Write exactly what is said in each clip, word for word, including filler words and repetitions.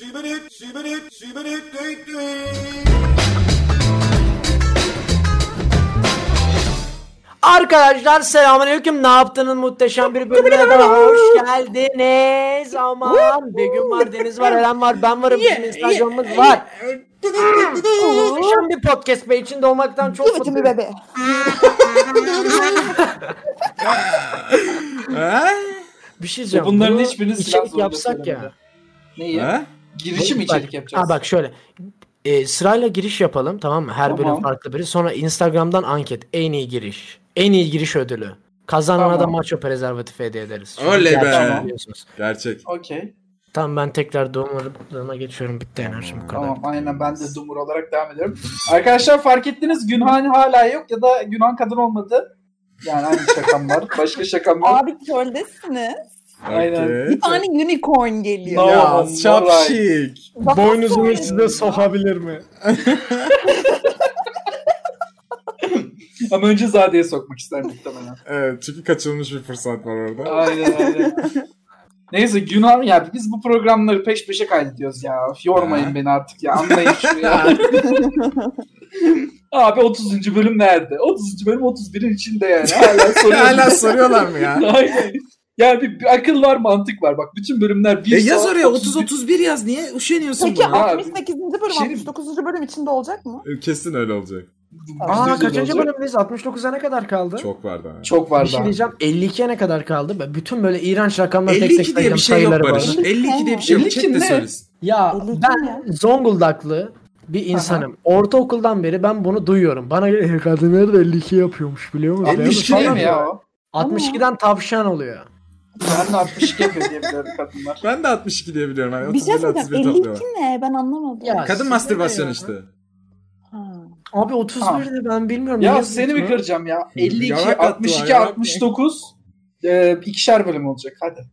Sibirit, sibirit, sibirit, düt düt. Arkadaşlar selamünaleyküm. Ne yaptığının muhteşem bir bölümüne daha hoş geldiniz. Aman Begüm var, Deniz var, Eren var, ben varım. Bizim Instagram'ımız var. Muhteşem bir podcast be, içinde olmaktan çok mutluyum. Bir bebe. Bir şey diyeceğim. Bunların Bunu hiçbirini içerik yapsak ya. Neyi? Ha? Girişi mi içerik yapacağız? Ha bak şöyle. E, sırayla giriş yapalım, tamam mı? Her tamam. bölüm farklı biri. Sonra Instagram'dan anket. En iyi giriş. En iyi giriş ödülü. Kazanana tamam. da maço prezervatif hediye ederiz. Oley be. Gerçek. Okey. Tamam, ben tekrar Dumur'a geçiyorum. Bitti enerjim bu kadar. Tamam, aynen, ben de Dumur olarak devam ediyorum. Arkadaşlar fark ettiniz, Günhan hala yok ya da Günhan kadın olmadı. Yani aynı şakam var. Başka şakam var. Abi köldesiniz. Aynen. Okay. Bir tane unicorn geliyor. No, ya no şapşik. Boynuzumu size sokabilir mi? Ama önce Zade'ye sokmak ister muhtemelen. Evet, çünkü kaçırılmış bir fırsat var orada. Aynen aynen. Neyse Günhan, ya biz bu programları peş peşe kaydediyoruz ya. Yormayın ha. beni artık ya. Anlayın şunu ya. Abi otuzuncu bölüm nerede? otuzuncu bölüm otuz birin içinde yani. Hala soruyorlar. Hala soruyorlar mı ya? Aynen. Yani bir, bir akıl var, mantık var. Bak bütün bölümler bir e saat. Yaz oraya otuz otuz bir yaz. Niye üşeniyorsun Peki buna? altmış sekizinci bölüm, şey... altmış dokuzuncu bölüm içinde olacak mı? Kesin öyle olacak. Aa, kaçıncı bölümdeyiz? altmış dokuza ne kadar kaldı? Çok var daha. Çok var daha. Bir şey diyeceğim. elli ikiye ne kadar kaldı? Ben bütün böyle iğrenç rakamlar tek tek sayacağım. elli iki diye bir şey yok Barış. elli iki diye bir şey yok. Chat de söylesin. Ya ben Zonguldaklı bir insanım. Aha. Ortaokuldan beri ben bunu duyuyorum. Bana göre kadınları da elli iki yapıyormuş, biliyor musun? elli iki değil mi ya o? altmış ikiden tavşan oluyor. Ben de altmış iki yapıyor diye biliyorum kadınlar. Ben de altmış iki diye biliyorum. Yani bir şey söyleyeceğim. elli iki ne? Ben anlamadım. Ya, kadın mastürbasyon işte. Ha. Abi otuz birde ben bilmiyorum. Ya seni mi kıracağım ya? elli iki, altmış iki, altmış dokuz e, ikişer bölüm olacak. Hadi.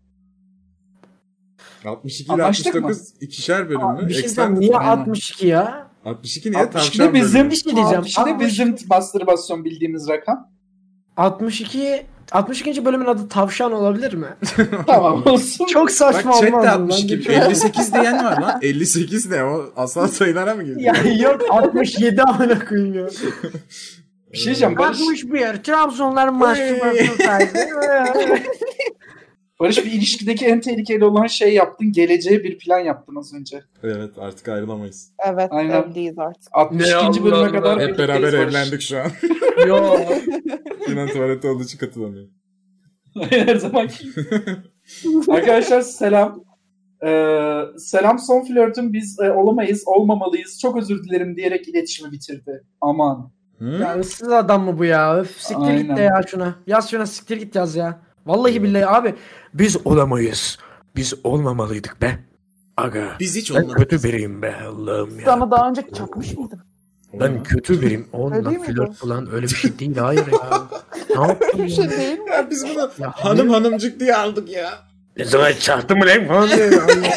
altmış iki ile altmış dokuz ikişer bölüm mü? Bir şey diyeceğim. Niye altmış iki ya? altmış iki niye? altmış iki de bizim, bir şey diyeceğim. altmış iki de bizim mastürbasyon bildiğimiz rakam. altmış iki altmış ikinci bölümün adı tavşan olabilir mi? Tamam olsun. Çok saçma olmaz. Bak chatte altmış iki. elli sekiz diyen var lan. elli sekiz ne o? Asal sayılara mı geliyor? Ya yok, altmış yedi amına koyayım ya. Bir şey diyeceğim Barış. altmış bir. Trabzonların mastürbasyon sahibi. Barış, bir ilişkideki en tehlikeli olan şey yaptın. Geleceğe bir plan yaptın az önce. Evet, artık ayrılamayız. Evet, aynen. Evliyiz artık. altmış ikinci bölüme kadar hep beraber evlendik şu an. Yok. Yunan tuvaleti olduğu için katılamıyor. Her zamanki. Arkadaşlar selam. Ee, selam, son flörtüm biz e, olamayız, olmamalıyız. Çok özür dilerim diyerek iletişimi bitirdi. Aman. Hmm? Ya ıssız adam mı bu ya? Öf, siktir aynen. Git de ya şuna. Yaz şuna, siktir git yaz ya. Vallahi billahi abi. Biz olamayız. Biz olmamalıydık be. Aga. Biz hiç olmadık. Ben kötü biriyim be Allah'ım ya. Sana daha önce çakmış mıydın? Ben kötü biriyim. Onunla flört falan öyle bir şey değil. Hayır ya. Ne yaptın? Bir şey değil mi? Ya biz bunu ya, hanım hanımcık diye aldık ya. Ne zaman çaktı mı lan falan diye.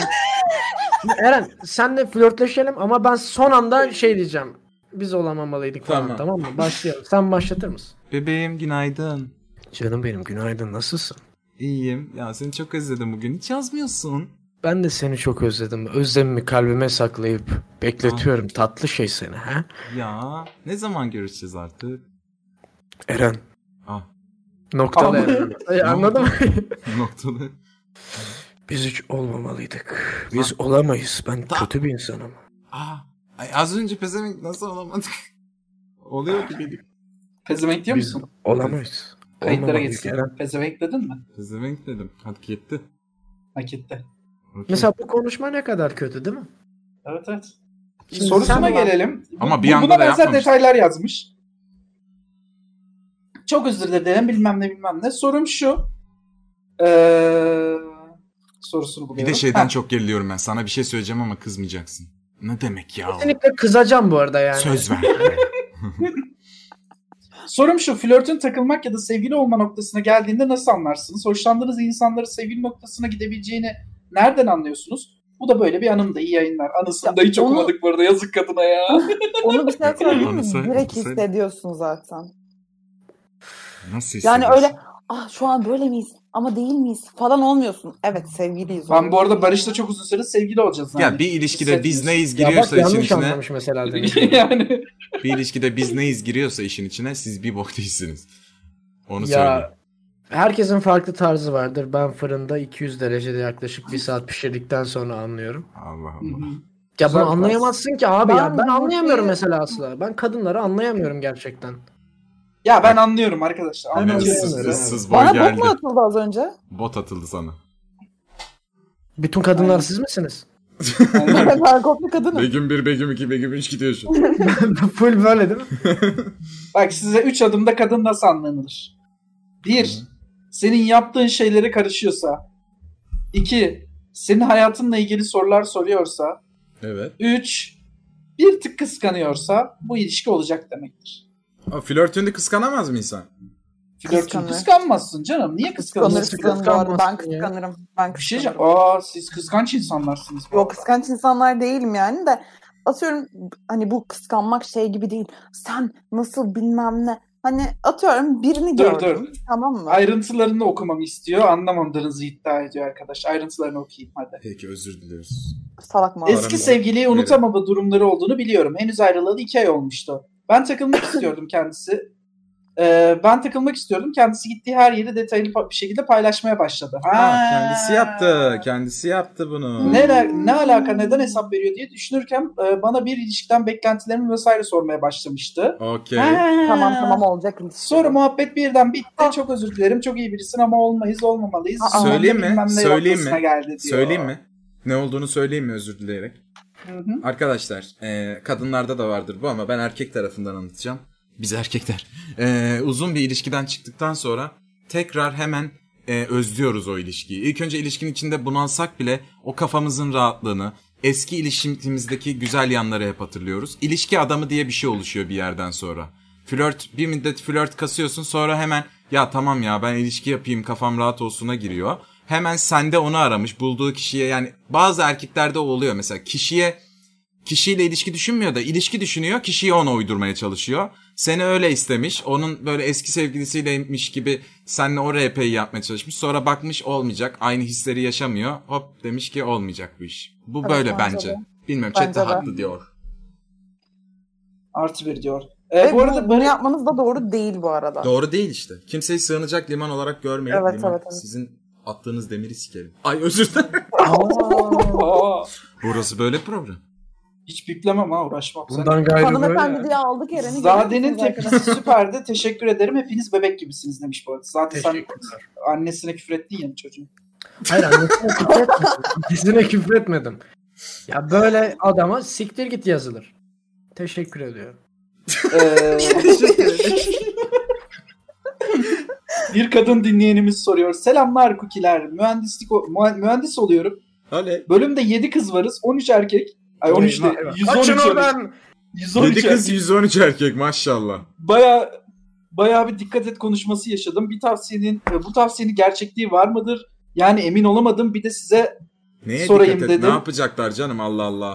Eren, senle flörtleşelim ama ben son anda şey diyeceğim. Biz olamamalıydık falan, tamam, tamam mı? Başlayalım. Sen başlatır mısın? Bebeğim günaydın. Canım benim günaydın, nasılsın? İyiyim. Ya seni çok özledim bugün. Hiç yazmıyorsun. Ben de seni çok özledim. Özlemimi kalbime saklayıp bekletiyorum. Ah. Tatlı şey seni ha? Ya ne zaman görüşeceğiz artık? Eren. Ah. Noktalı Eren. Ay, anladın mı? Noktalı. Biz hiç olmamalıydık. Biz ah. olamayız. Ben da. Kötü bir insanım. Ah. Ay, az önce pezevenk nasıl olamadık? Oluyor gibiydik. Pezevenk diyor musun? Olamayız. Kayıtlara geçsin. Pezevenk dedin mi? Pezevenk dedim. Hak etti. Hak etti. Okay. Mesela bu konuşma ne kadar kötü değil mi? Evet evet. Şimdi sorusuna gelelim. Ama bir bu, anda buna da benzer yapmamış. Detaylar yazmış. Çok özür dilerim bilmem ne bilmem ne. Sorum şu. Ee, sorusunu buluyorum. Bir de şeyden ha. çok geriliyorum ben. Sana bir şey söyleyeceğim ama kızmayacaksın. Ne demek ya? Kesinlikle kızacağım bu arada yani. Söz ver. Sorum şu, flörtün takılmak ya da sevgili olma noktasına geldiğinde nasıl anlarsınız? Hoşlandığınız insanların sevgili noktasına gidebileceğini nereden anlıyorsunuz? Bu da böyle bir anımda, iyi yayınlar. Anısını da hiç onu, okumadık bu arada, yazık kadına ya. Onu bir şey söyleyeyim mi? Direkt hissediyorsun zaten. Nasıl hissediyorsun? Yani öyle, ah şu an böyle miyiz? ama değil miyiz falan olmuyorsun. Evet sevgiliyiz. Ben bu arada Barış'la çok uzun süre sevgili olacağız. Ya bir ilişkide biz neyiz Ya bak giriyorsa işin yanlış içine. anlamış mesela Deniz. yani. Bir ilişkide biz neyiz giriyorsa işin içine siz bir bok değilsiniz. Onu Ya söyleyeyim. herkesin farklı tarzı vardır. Ben fırında iki yüz derecede yaklaşık bir saat pişirdikten sonra anlıyorum. Allah Allah. Ya Güzel bunu anlayamazsın ki abi Ben ya. Ben bu anlayamıyorum şeyi- mesela asla. Ben kadınları anlayamıyorum gerçekten. Ya ben anlıyorum arkadaşlar. Yine Anlıyorum. ıssız, anlıyorum. ıssız boy Bana bot geldi. mu atıldı az önce? Bot atıldı sana. Bütün kadınlar Aynen. siz misiniz? Aynen. Ben kopya kadınım. Begüm bir, Begüm iki, Begüm üç gidiyor şu. Full böyle değil mi? Bak size üç adımda kadın nasıl anlanır? Bir, senin yaptığın şeylere karışıyorsa. İki, senin hayatınla ilgili sorular soruyorsa. Evet. Üç, bir tık kıskanıyorsa bu ilişki olacak demektir. O flörtünde kıskanamaz mı insan? Flörtün Kıskanır. kıskanmazsın canım. Niye Kıskanır kıskanırsın? kıskanır bu arada. Ben Kıskanmazsın ya. kıskanırım. Ben Bir şey kıskanırım. diyeceğim. Aa siz kıskanç insanlarsınız. Yok kıskanç insanlar değilim yani de atıyorum hani bu kıskanmak şey gibi değil. Sen nasıl bilmem ne. Hani atıyorum birini Dur, gördüm. dur. Tamam mı? Ayrıntılarını okumamı istiyor. Anlamadığınızı iddia ediyor arkadaş. Ayrıntılarını okuyayım hadi. Peki özür diliyoruz. Salak mı? Eski Aramda. sevgiliyi unutamama durumları olduğunu biliyorum. Henüz ayrılalı iki ay olmuştu. Ben takılmak istiyordum kendisi. Ee, ben takılmak istiyordum. Kendisi gittiği her yeri detaylı pa- bir şekilde paylaşmaya başladı. Ha, kendisi yaptı. Kendisi yaptı bunu. Ne, ne alaka, neden hesap veriyor diye düşünürken e, bana bir ilişkiden beklentilerimi vesaire sormaya başlamıştı. Okey. Ha. Tamam tamam olacak ilişki. Sonra muhabbet birden bitti. Çok özür dilerim. Çok iyi birisin ama olmayız, olmamalıyız. Aa. Söyleyeyim mi? Bilmem ne Söyleyeyim noktasına mi? geldi diyor. Söyleyeyim mi? Ne olduğunu söyleyeyim mi özür dileyerek? Hı hı. Arkadaşlar e, kadınlarda da vardır bu ama ben erkek tarafından anlatacağım. Biz erkekler. E, uzun bir ilişkiden çıktıktan sonra tekrar hemen e, özlüyoruz o ilişkiyi. İlk önce ilişkinin içinde bunalsak bile o kafamızın rahatlığını, eski ilişkimizdeki güzel yanları hep hatırlıyoruz. İlişki adamı diye bir şey oluşuyor bir yerden sonra. Flört, bir müddet flört kasıyorsun, sonra hemen ya tamam ya ben ilişki yapayım kafam rahat olsuna giriyor. Hemen sende onu aramış, bulduğu kişiye, yani bazı erkeklerde o oluyor mesela, kişiye kişiyle ilişki düşünmüyor da ilişki düşünüyor, kişiyi ona uydurmaya çalışıyor. Seni öyle istemiş, onun böyle eski sevgilisiyleymiş gibi seninle o R P'yi yapmaya çalışmış. Sonra bakmış olmayacak, aynı hisleri yaşamıyor. Hop demiş ki olmayacak bu iş. Bu Evet, böyle bence bence. de. Bilmiyorum, Bence chat'te de. haklı diyor. Artı bir diyor. Ee, Ve bu bu arada bunu böyle... yapmanız da doğru değil bu arada. Doğru değil işte. Kimseyi sığınacak liman olarak görmeyin. Evet, liman, evet, evet. sizin attığınız demiri sikerim. Ay özür dilerim. Aa, Burası böyle program. hiç biplemem ha, uğraşmam. Sen- Bundan gayrı Hanımefendi böyle. diye aldık Eren'i. Zade'nin tepkisi süperdi. Teşekkür ederim. Hepiniz bebek gibisiniz demiş bu arada. Zaten sen Teşekkürler. annesine küfür ettin ya çocuğun. Hayır annesine küfretmedim. Annesine küfretmedim. Ya böyle adama siktir git yazılır. Teşekkür ediyorum. Ee, bir kadın dinleyenimiz soruyor. Selamlar kukiler. Mühendislik o- mühen- mühendis oluyorum. Öyle. Bölümde yedi kız varız. on üç erkek. Ay on üç Eyvah, değil. eyvah. yüz on üç Kaçın erkek. oradan. yüz on üç yedi kız erkek. yüz on üç erkek maşallah. Baya baya bir dikkat et konuşması yaşadım. Bir tavsiyenin bu tavsiyenin gerçekliği var mıdır? Yani emin olamadım. Bir de size Neye sorayım dikkat et? dedim. Ne yapacaklar canım, Allah Allah.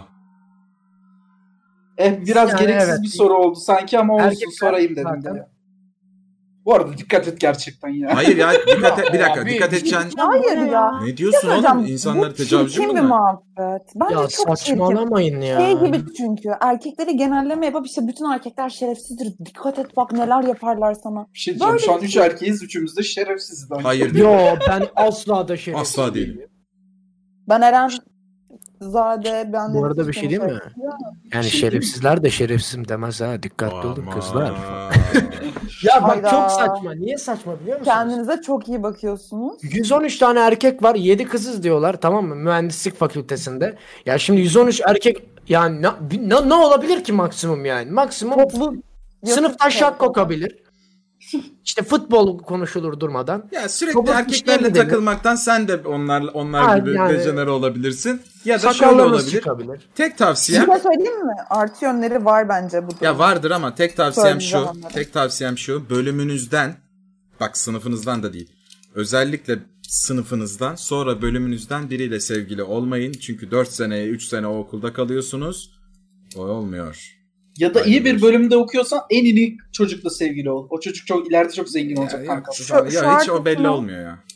eh, biraz Yani gereksiz evet. bir soru oldu sanki ama olsun Erkekler sorayım dedim. zaten. De. Bu arada dikkat et gerçekten ya. Hayır ya dikkat et, bir dakika Abi, dikkat edeceksin. Hayır ya. Ne diyorsun Hocam, oğlum? İnsanları bu tecavüzcü mü çirkin bir bunlar? muhabbet. Bence Ya çok çirkin. saçmalamayın ya. Şey gibi çünkü erkekleri genelleme yapıp işte bütün erkekler şerefsizdir. Dikkat et bak neler yaparlar sana. Bir şey diyeceğim. Böyle Şu an bir üç şey. erkeğiz. Üçümüz de şerefsiziz. bence. Hayır değil. Yo ben asla da şerefsiz Asla değilim. değilim. Ben Eren Zade ben de Bu arada bir şey diyeyim mi? Yani Şey şerefsizler de şerefsizim demez ha. Dikkatli olun Aman. kızlar. Ya bak Hayda. çok saçma. Niye saçma biliyor musunuz? Kendinize çok iyi bakıyorsunuz. yüz on üç tane erkek var, yedi kızız diyorlar, tamam mı? Mühendislik fakültesinde. Ya şimdi yüz on üç erkek yani ne, ne, ne olabilir ki maksimum yani? Maksimum Toplu sınıfta şak kokabilir. İşte futbol konuşulur durmadan. Ya sürekli Çok erkeklerle işler mi takılmaktan sen de onlar onlar Ha, gibi yani- dejenere olabilirsin. Ya da şöyle Sakallarınız olabilir. çıkabilir. Tek Bir tavsiyem şey söyleyeyim mi? Artı yönleri var bence bu ya durum. vardır ama tek tavsiyem şu. Söyleyeceğim onları. Tek tavsiyem şu. Bölümünüzden, bak sınıfınızdan da değil. Özellikle sınıfınızdan, sonra bölümünüzden biriyle sevgili olmayın. Çünkü dört seneye üç sene o okulda kalıyorsunuz. O olmuyor. Ya da Aynen iyi bir öyle. bölümde okuyorsan en iyi çocukla sevgili ol. O çocuk çok ileride çok zengin olacak Ya, kanka. yok, Şu- ya şu hiç o belli artısını- olmuyor ya.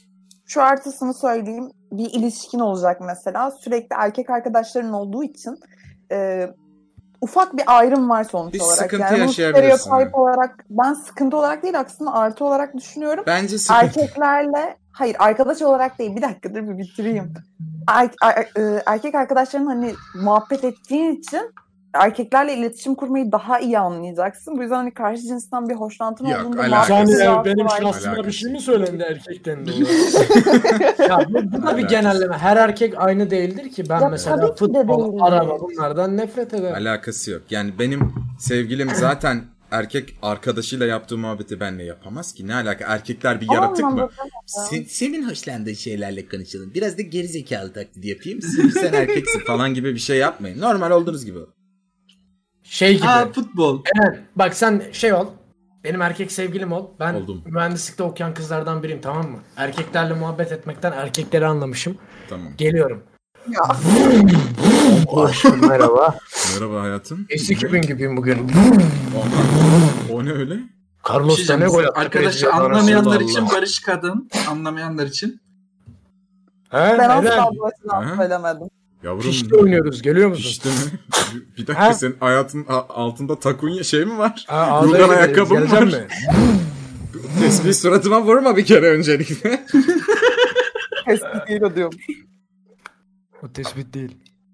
Şu artısını söyleyeyim. Bir ilişkin olacak mesela. Sürekli erkek arkadaşların olduğu için e, ufak bir ayrım var sonuç Bir olarak. sıkıntı Yani bu yaşayabilirsin. stereotip olarak ben sıkıntı olarak değil aksine artı olarak düşünüyorum. Bence sıkıntı. Erkeklerle hayır arkadaş olarak değil bir dakika dur bir bitireyim. Er, er, er, erkek arkadaşların hani muhabbet ettiğin için erkeklerle iletişim kurmayı daha iyi anlayacaksın. Bu yüzden hani karşı cinsten bir hoşlantın Yok, olduğunda alakası Yani muhabbet e, rahatı benim var. şahsıma bir Alakası şey mi yok. söylendi erkekten dolayı? Ya bu, bu da bir Alakası. genelleme. Her erkek aynı değildir ki. Ben Ya mesela tabii ki de futbol, değil. araba bunlardan nefret ederim. Alakası yok. Yani benim sevgilim zaten erkek arkadaşıyla yaptığı muhabbeti benimle yapamaz ki. Ne alaka? Erkekler bir yaratık Aman mı? bakalım ya. Sen, senin hoşlandığın şeylerle konuşalım. Biraz da gerizekalı taklidi yapayım. Sen, Sen erkeksin falan gibi bir şey yapmayın. Normal olduğunuz gibi. Şey gibi. Aa, futbol. Evet, bak sen şey ol. Benim erkek sevgilim ol. Ben Oldum. mühendislikte okuyan kızlardan biriyim, tamam mı? Erkeklerle muhabbet etmekten erkekleri anlamışım. Tamam. Geliyorum. Ya. Aşkım merhaba. Merhaba hayatım. S iki bin gibiyim bugün. Oha. O ne öyle? Carlos Bir da şey ne gol diyeceğim. attı. Arkadaşlar Brezilya anlamayanlar arasında, için Allah. Barış Kadın. Anlamayanlar için. He, Ben neden? asla bu açıdan Ha? söylemedim. Yavrum. Pişti oynuyoruz, geliyor musun? Pişti mi? Bir dakika Ha? senin hayatın a- altında takunya şey mi var? Ha, ağzına Rugan geliriz, ayakkabın gelecek var. mi? Tespih suratıma vurma bir kere öncelikle. Tespit değil o diyormuş. O tespit değil.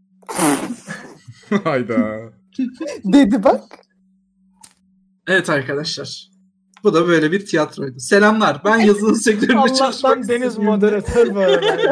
Hayda. Dedi bak. Evet arkadaşlar. Bu da böyle bir tiyatroydu. Selamlar. Ben yazılım sektöründe çalışmak Allah'tan Deniz moderatör bu arada.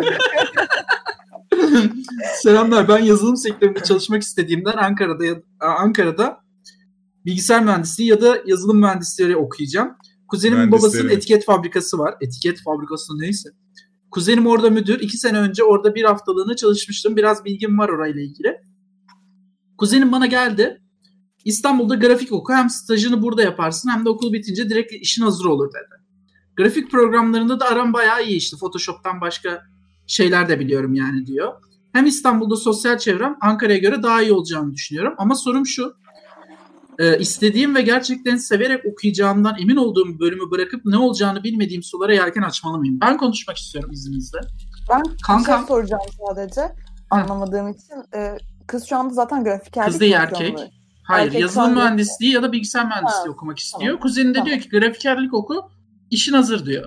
Selamlar. Ben yazılım sektöründe çalışmak istediğimden Ankara'da ya- Ankara'da bilgisayar mühendisliği ya da yazılım mühendisleri okuyacağım. Kuzenimin Mühendisleri. babasının etiket fabrikası var. Etiket fabrikası neyse. Kuzenim orada müdür. İki sene önce orada bir haftalığına çalışmıştım. Biraz bilgim var orayla ilgili. Kuzenim bana geldi. İstanbul'da grafik oku. Hem stajını burada yaparsın hem de okul bitince direkt işin hazır olur dedi. Grafik programlarında da aram bayağı iyi işte. Photoshop'tan başka şeyler de biliyorum yani diyor. Hem İstanbul'da sosyal çevrem Ankara'ya göre daha iyi olacağını düşünüyorum. Ama sorum şu. E, istediğim ve gerçekten severek okuyacağımdan emin olduğum bölümü bırakıp ne olacağını bilmediğim sulara yelken açmalı mıyım? Ben konuşmak istiyorum izninizle. Ben bir Kankam. şey soracağım sadece. Anlamadığım için. Ee, kız şu anda zaten grafikerlik Kız değil yapıyor erkek. mu? Hayır, Erkek yazılım sandım. mühendisliği ya da bilgisayar mühendisliği Ha, okumak istiyor. tamam. Kuzeni de Tamam. diyor ki grafikerlik oku, işin hazır diyor.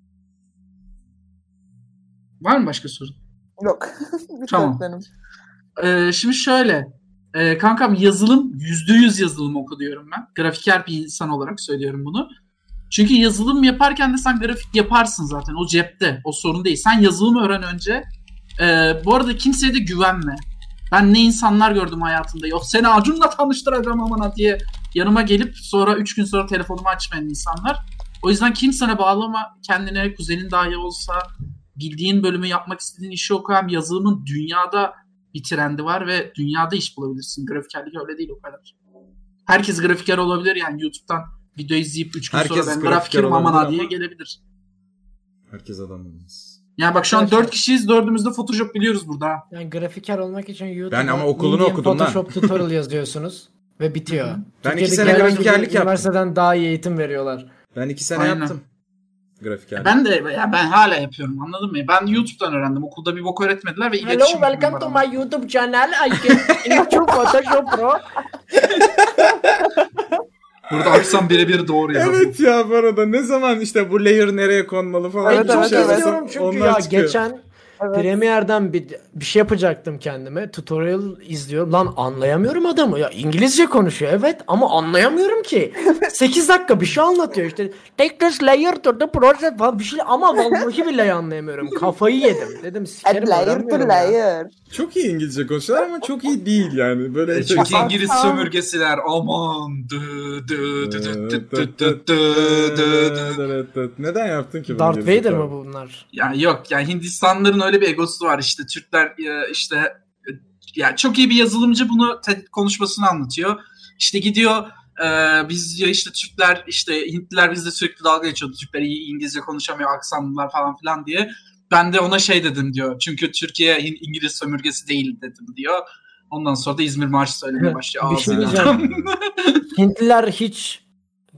Var mı başka sorun? Yok. Bir Tamam. tek benim. Ee, şimdi şöyle. Ee, kankam yazılım, yüzde yüz yazılım oku diyorum ben. Grafiker bir insan olarak söylüyorum bunu. Çünkü yazılım yaparken de sen grafik yaparsın zaten. O cepte. O sorun değil. Sen yazılımı öğren önce. Ee, bu arada kimseye de güvenme. Ben ne insanlar gördüm hayatımda. Yok seni Acun'la tanıştıracağım amına diye yanıma gelip sonra üç gün sonra telefonumu açmayan insanlar. O yüzden kimsene bağlama kendine. Kuzenin dahi olsa bildiğin bölümü yapmak istediğin işi oku. Hem yazılımın dünyada bir trendi var ve dünyada iş bulabilirsin. Grafikerlik öyle değil o kadar. Herkes grafiker olabilir yani YouTube'dan video izleyip üç gün Herkes sonra ben grafiker grafikerim amına olabilir diye ama- gelebilir. Herkes adam olmaz. Yani bak şu an Arkadaşlar- dört kişiyiz. Dördümüz de Photoshop biliyoruz burada. ha. Yani grafiker olmak için YouTube'da Ben ama okulunu Medium okudum lan. Photoshop tutorial yazıyorsunuz ve bitiyor. Hı hı. Ben iki Türkiye'deki sene herhangi bir grafikerlik yaptım. Üniversiteden daha iyi eğitim veriyorlar. Ben iki sene Aynen. yaptım. Grafiker. Ben de ya ben hala yapıyorum anladın mı? Ben YouTube'dan öğrendim. Okulda bir bok öğretmediler ve Hello, iletişim welcome var to ama. my YouTube channel. I can YouTube Photoshop Pro. Burada aksan birebir doğru ya. Evet ya bu arada ne zaman işte bu layer nereye konmalı falan. Evet, bir Çok evet, şey evet. olsa istiyorum çünkü onlar ya çıkıyor. geçen Evet. Premiere'den bir, bir şey yapacaktım kendime. Tutorial izliyorum. Lan anlayamıyorum adamı. Ya İngilizce konuşuyor evet ama anlayamıyorum ki. sekiz dakika bir şey anlatıyor işte. Take this layer to the project falan bir şey ama vallahi billahi anlayamıyorum. Kafayı yedim. Dedim sikerim Layer to öğrenmiyorum ya. layer. Çok iyi İngilizce konuşuyorlar ama çok iyi değil yani. Böyle E, Çünkü Aa, İngiliz tamam. sömürgesiler aman dı dı dı dı dı dı dı dı dı. Neden yaptın ki bunu? Darth Vader gerizekalı? mı bunlar? Ya yok yani Hindistanlıların öyle bir egosu var işte Türkler e, işte e, ya çok iyi bir yazılımcı bunu TED konuşmasını anlatıyor. İşte gidiyor e, biz diyor işte Türkler işte Hintliler bizde sürekli dalga geçiyordu. Türkler iyi İngilizce konuşamıyor aksanlılar falan filan diye. Ben de ona şey dedim diyor. Çünkü Türkiye Hin- İngiliz sömürgesi değil dedim diyor. Ondan sonra da İzmir Marşı söylemeye başlıyor. Bir şey Ağzıyla. diyeceğim. Hintliler hiç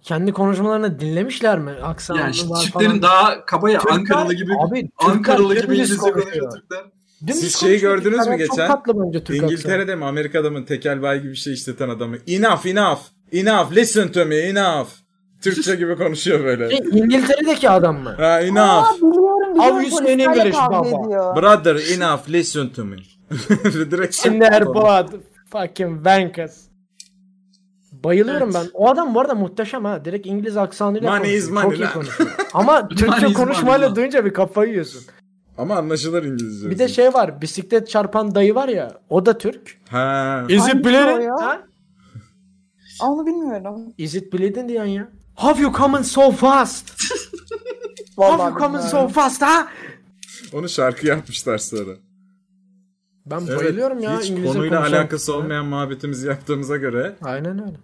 kendi konuşmalarını dinlemişler mi? Aksanı Yani işte var Türklerin falan. daha kabaya Türkler- Ankaralı gibi Abi, Türkler Ankaralı gibi dümdüz İngilizce konuşuyor. konuşuyor Türkler. Dümdüz Siz şeyi konuşuyor gördünüz mü Türkler. geçen? Çok tatlı bence Türk aksanı. İngiltere'de mi Amerika'da mı tekel bayi gibi bir şey işleten adamı. Enough enough. Enough listen to me enough. Türkçe gibi konuşuyor böyle. Şey, İngiltere'deki adam mı? Ha Aa, enough. biliyorum biliyorum. How you say Polislerle English, kavga baba? ediyor. Brother enough listen to me. Direkt In their blood. Fucking wankers. Bayılıyorum ben. O adam bu arada muhteşem ha. Direkt İngiliz aksanıyla Money konuşuyor. is money Çok iyi lan. konuşuyor. Ama Money Türkçe is konuşmayla money. duyunca bir kafayı yiyorsun. Ama anlaşılır İngilizce. Bir de şey var. Bisiklet çarpan dayı var ya. O da Türk. Ha. Is it Hangisi o bleeding? ya? Ha? Aa, onu bilmiyorum. Is it bleeding diyen ya. Have you coming so fast? Have Vallahi you coming so bilmiyorum. fast ha? Onu şarkı yapmışlar sonra. Ben Evet, bayılıyorum ya. hiç İngilizce konuyla konuşan alakası kızlara. olmayan muhabbetimizi yaptığımıza göre Aynen öyle.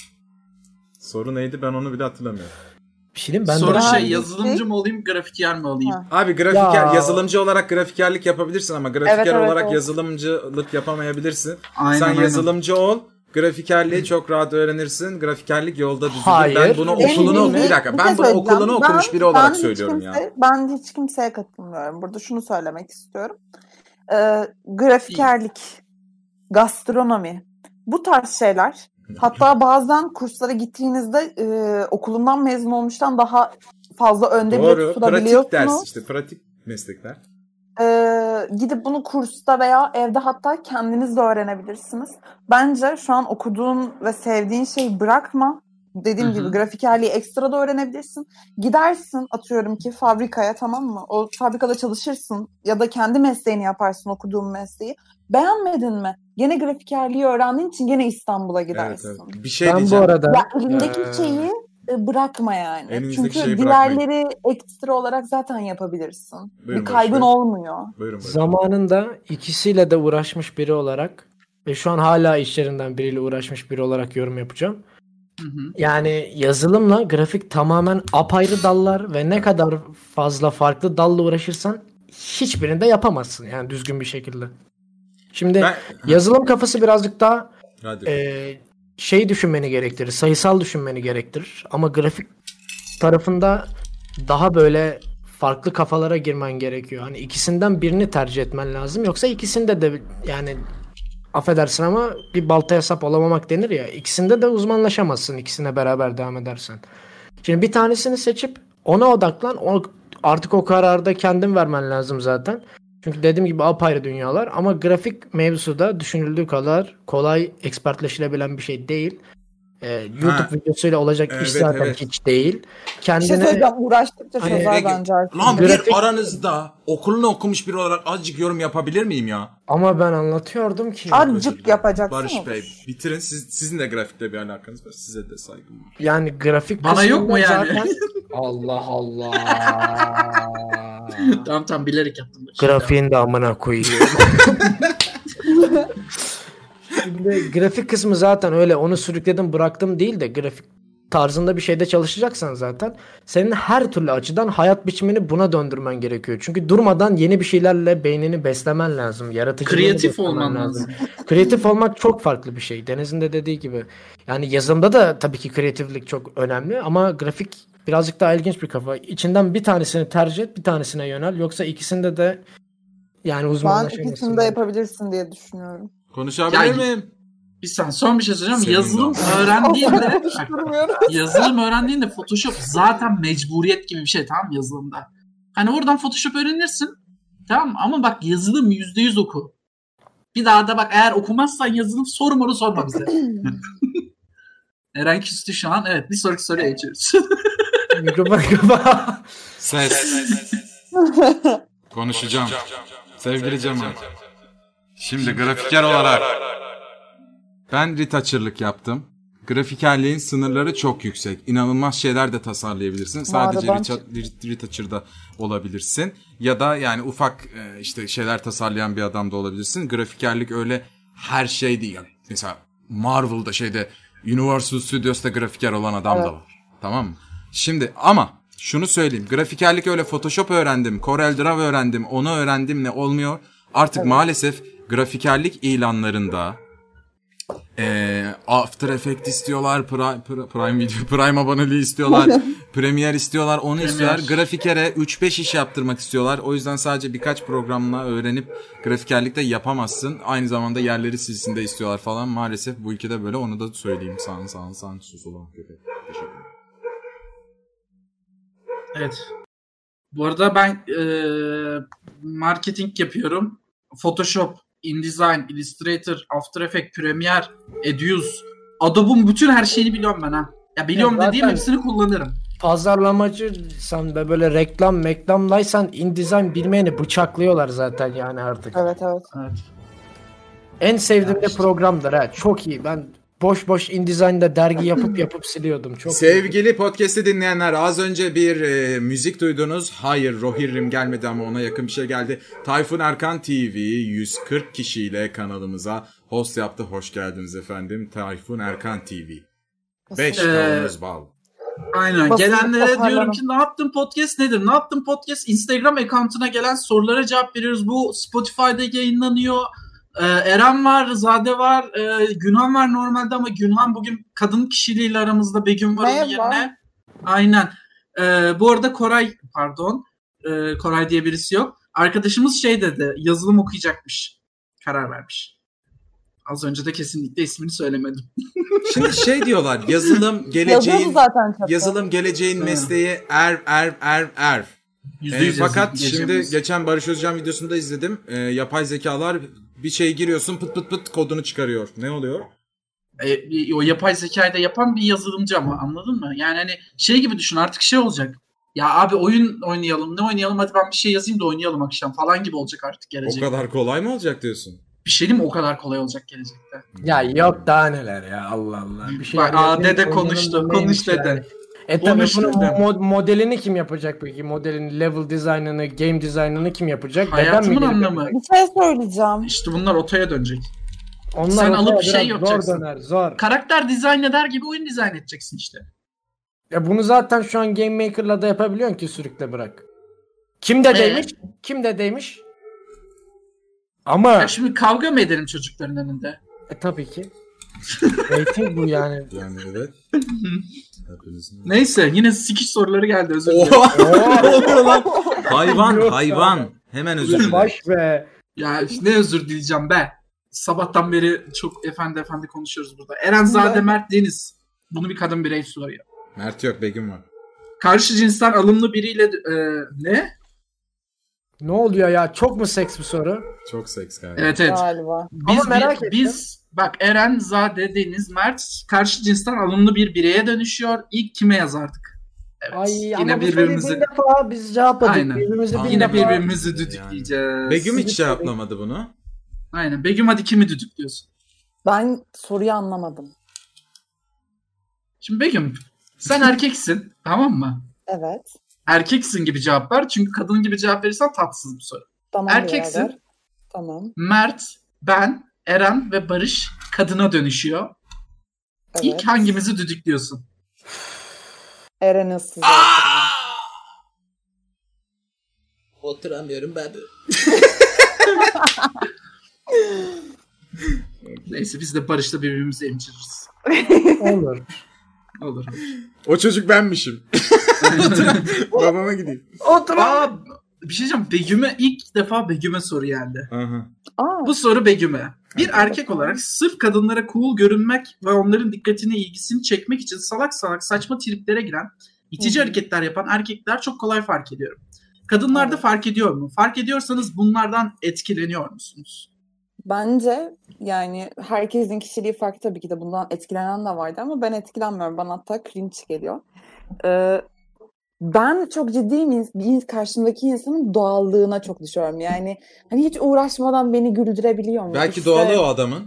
soru neydi ben onu bile hatırlamıyorum. Bir şey diyeyim ben Sonra de... Ben- şey yazılımcı mı olayım grafiker mi olayım? Ha. Abi grafiker Ya. yazılımcı olarak grafikerlik yapabilirsin ama grafiker Evet, evet, olarak evet. yazılımcılık yapamayabilirsin. Aynen, Sen aynen. yazılımcı ol. Grafikerliği çok rahat öğrenirsin. Grafikerlik yolda düzülür. Hayır. Ben bunu En okulunu iyi- bir dakika. Bir Ben şey bunu söyleyeceğim. okulunu okumuş Ben- biri olarak ben hiç söylüyorum kimse, ya. Ben hiç kimseye katılmıyorum. Burada şunu söylemek istiyorum. Ee, grafikerlik, gastronomi, bu tarz şeyler. Hatta bazen kurslara gittiğinizde e, okulundan mezun olmuştan daha fazla önde bile Doğru. Pratik tutulabiliyorsunuz. ders işte. Pratik meslekler. Ee, gidip bunu kursta veya evde hatta kendiniz de öğrenebilirsiniz. Bence şu an okuduğun ve sevdiğin şeyi bırakma. Dediğim Hı hı. gibi grafikerliği ekstra da öğrenebilirsin. Gidersin atıyorum ki fabrikaya, tamam mı? O fabrikada çalışırsın ya da kendi mesleğini yaparsın, okuduğun mesleği. Beğenmedin mi? Gene grafikerliği öğrendiğin için gene İstanbul'a Evet, gidersin. evet. Bir şey Ben bu diyeceğim. arada... Ya elindeki Ee, şeyi e, bırakma yani. Elinizdeki Çünkü şeyi bırakmayın. diğerleri ekstra olarak zaten yapabilirsin. Buyurun bir kaybın Barış Bey. olmuyor. Buyurun buyurun. Zamanında ikisiyle de uğraşmış biri olarak ve şu an hala işlerinden biriyle uğraşmış biri olarak yorum yapacağım. Hı hı. Yani yazılımla grafik tamamen apayrı dallar ve ne kadar fazla farklı dalla uğraşırsan hiçbirinde yapamazsın yani düzgün bir şekilde. Şimdi Ben... yazılım kafası birazcık daha Hadi. e, şey düşünmeni gerektirir, sayısal düşünmeni gerektirir ama grafik tarafında daha böyle farklı kafalara girmen gerekiyor. Hani ikisinden birini tercih etmen lazım. Yoksa ikisinde de yani affedersin ama bir baltaya sap olamamak denir ya. İkisinde de uzmanlaşamazsın ikisine beraber devam edersen. Şimdi bir tanesini seçip ona odaklan. O, artık o kararı da kendin vermen lazım zaten. Çünkü dediğim gibi apayrı dünyalar ama grafik mevzusu da düşünüldüğü kadar kolay ekspertleşilebilen bir şey değil. Ee, YouTube Ha. videosuyla olacak Evet, iş zaten evet. hiç değil. Bir şey Kendine söyleyeceğim, uğraştıkça Hani- çözer Peki, bence artık. Lan Grafik- bir aranızda okulunu okumuş biri olarak azıcık yorum yapabilir miyim ya? ama ben anlatıyordum ki. Azıcık yapacaksın. Barış olur. Bey bitirin. Siz, sizin de grafikle bir alakanız var. Size de saygım var. Yani grafik Bana yok mu kısmında yani? Zaten... Allah Allah. Tamam tamam bilerek yaptım. Grafiğin de amına koyuyor. Şimdi grafik kısmı zaten öyle onu sürükledim bıraktım değil de grafik tarzında bir şeyde çalışacaksan zaten senin her türlü açıdan hayat biçimini buna döndürmen gerekiyor. Çünkü durmadan yeni bir şeylerle beynini beslemen lazım. Yaratıcılığını Kreatif beslemen olman lazım. Kreatif olmak çok farklı bir şey. Deniz'in de dediği gibi. Yani yazımda da tabii ki kreatiflik çok önemli ama grafik birazcık daha ilginç bir kafa. İçinden bir tanesini tercih et, bir tanesine yönel. Yoksa ikisinde de yani Ben uzmanlaşamazsın. ikisini de yapabilirsin diye düşünüyorum. Konuşabilir Ya- miyim? Bir saniye son bir şey söyleyeceğim. Senin yazılım de. öğrendiğinde Durmuyorum. yazılım öğrendiğinde Photoshop zaten mecburiyet gibi bir şey, tamam mı, yazılımda. Hani oradan Photoshop öğrenirsin. Tamam mı? Ama bak yazılım yüzde yüz oku. Bir daha da bak eğer okumazsan yazılım sormalı sorma bize. Eren küstü şu an. Evet bir sonraki soruya geçiyoruz. Mikrofon kafa. Ses. Konuşacağım. Sevgili Cemal. Şimdi grafiker olarak ben retoucher'lık yaptım. Grafikerliğin sınırları çok yüksek. İnanılmaz şeyler de tasarlayabilirsin. Sadece Mağaradan recha- retoucher'da olabilirsin. Ya da yani ufak e, işte şeyler tasarlayan bir adam da olabilirsin. Grafikerlik öyle her şey değil. Yani mesela Marvel'da şeyde Universal Studios'ta grafiker olan adam da var. Tamam mı? Şimdi ama şunu söyleyeyim. Grafikerlik öyle Photoshop öğrendim, CorelDRAW öğrendim, onu öğrendim ne olmuyor. Artık maalesef grafikerlik ilanlarında Ee, After Effects istiyorlar, Prime, Prime Video, Prime aboneliği istiyorlar, Premiere istiyorlar, onu Premiere. istiyorlar. Grafikere üç beş iş yaptırmak istiyorlar. O yüzden sadece birkaç programla öğrenip grafikerlikte yapamazsın. Aynı zamanda yerleri silsin de istiyorlar falan. Maalesef bu ülkede böyle, onu da söyleyeyim. Sağın sağın sağın sus olan köpek. Teşekkür ederim. Evet. Bu arada ben eee, marketing yapıyorum. Photoshop, InDesign, Illustrator, After Effects, Premiere, Ediuse, Adobe'un bütün her şeyini biliyorum ben ha. Ya biliyorum Ya dediğim zaten- hepsini kullanırım. Pazarlamacıysan ve böyle reklam meklamdaysan InDesign bilmeyeni bıçaklıyorlar zaten yani artık. Evet evet. Evet. En sevdiğim Ya de işte. programdır ha. Çok iyi. Ben boş boş InDesign'da dergi yapıp yapıp siliyordum. Çok iyi. Sevgili podcast'i dinleyenler, az önce bir e, müzik duydunuz. Hayır, Rohirrim gelmedi ama ona yakın bir şey geldi. Tayfun Erkan T V yüz kırk kişiyle kanalımıza host yaptı. Hoş geldiniz efendim. Tayfun Erkan T V. beş Ee, kavanoz bal. Aynen. Basın Gelenlere toparlama. diyorum ki ne yaptın podcast nedir? Ne yaptın podcast? Instagram account'una gelen sorulara cevap veriyoruz. Bu Spotify'da yayınlanıyor. Ee, Eren var, Zade var, e, Günhan var normalde ama Günhan bugün kadın kişiliğiyle aramızda, Begüm var onun Merhaba. yerine. Aynen. Ee, bu arada Koray, pardon, e, Koray diye birisi yok. Arkadaşımız şey dedi, yazılım okuyacakmış. Karar vermiş. Az önce de kesinlikle ismini söylemedim. Şimdi şey diyorlar, yazılım Yazıyordu geleceğin zaten çatıda. yazılım geleceğin Evet. mesleği erv erv erv erv. Yüzde Ee, yüz fakat yazılım şimdi geleceğimiz. geçen Barış Özcan videosunda izledim. Ee, yapay zekalar bir şey giriyorsun, pıt pıt pıt kodunu çıkarıyor. Ne oluyor? E, o yapay zekayı da yapan bir yazılımcı ama anladın mı? Yani hani şey gibi düşün, artık şey olacak. Ya abi oyun oynayalım, ne oynayalım, hadi ben bir şey yazayım da oynayalım akşam falan gibi olacak artık O gelecek. kadar kolay mı olacak diyorsun? Bir şey diyeyim mi? O kadar kolay olacak gelecekte. Ya yok daha neler ya, Allah Allah. Bir şey Bak, aa, dede konuştu, konuş dede. E tabii Konuş bunun dede. mo- modelini kim yapacak peki? Modelin level dizaynını, game dizaynını kim yapacak? Dedem mi Hayatımın gelip anlamı. yapacak? Bir şey söyleyeceğim. İşte bunlar otaya dönecek. Onlar Sen orada alıp biraz şey yapacaksın. Zor döner, zor. Karakter dizayn eder gibi oyun dizayn edeceksin işte. Ya bunu zaten şu an Game Maker'la da yapabiliyorsun ki sürükle bırak. Kim de değmiş? Kim de değmiş? Ama Ya şimdi kavga mı edelim çocukların önünde? e, tabii ki. Rating bu yani. Yani evet. Hepinizin- Neyse yine sikiş soruları geldi, özür dilerim. Oha! Ne oluyor lan? Hayvan, Yok hayvan. Hemen özür dilerim. Baş be. Ya ne özür dileyeceğim be. Sabahtan beri çok efendi efendi konuşuyoruz burada. Erenzade Mert Deniz. Bunu bir kadın birey soruyor. Mert yok, Begüm var. Karşı cinsten alımlı biriyle e, ne? Ne oluyor ya? Çok mu seks bir soru? Çok seks galiba. Evet evet. Galiba. Biz, Ama merak bi- ettim. biz bak Eren, Zade, Deniz, Mert karşı cinsten alımlı bir bireye dönüşüyor. İlk kime yazardık? Evet. Ay yine ama bu soruyu birbirimizi bir defa biz cevapladık. Aynen. Birbirimizi bin yine defa... birbirimizi düdükleyeceğiz. Begüm hiç cevaplamadı bunu. Aynen. Begüm hadi kimi düdüklüyorsun? Ben soruyu anlamadım. Şimdi Begüm sen erkeksin, tamam mı? Evet. Erkeksin gibi cevap ver. Çünkü kadın gibi cevap verirsen tatsız bir soru. Tamam. Erkeksin. birader. Tamam. Mert, ben, Eren ve Barış kadına dönüşüyor. Evet. İlk hangimizi düdüklüyorsun? Eren ıssız. Oturamıyorum ben. Neyse biz de Barış'la birbirimizi emçiririz. Olur. Olur. O çocuk benmişim. Babama gideyim. Otur. Aa, bir şey diyeceğim. Begüm'e ilk defa Begüm'e soru geldi. Aha. Aa, Bu soru Begüm'e. Bir erkek olarak sırf kadınlara cool görünmek ve onların dikkatini, ilgisini çekmek için salak salak saçma triplere giren, itici Hı hı. hareketler yapan erkekler çok kolay fark ediyorum. Kadınlarda Evet. fark ediyor mu? Fark ediyorsanız bunlardan etkileniyor musunuz? bence yani herkesin kişiliği farklı, tabii ki de bundan etkilenen de vardı ama ben etkilenmiyorum. Bana hatta cringe geliyor. Ee, ben çok ciddi bir, bir karşımdaki insanın doğallığına çok düşüyorum. Yani hani hiç uğraşmadan beni güldürebiliyor mu? Belki İşte doğalı o adamın.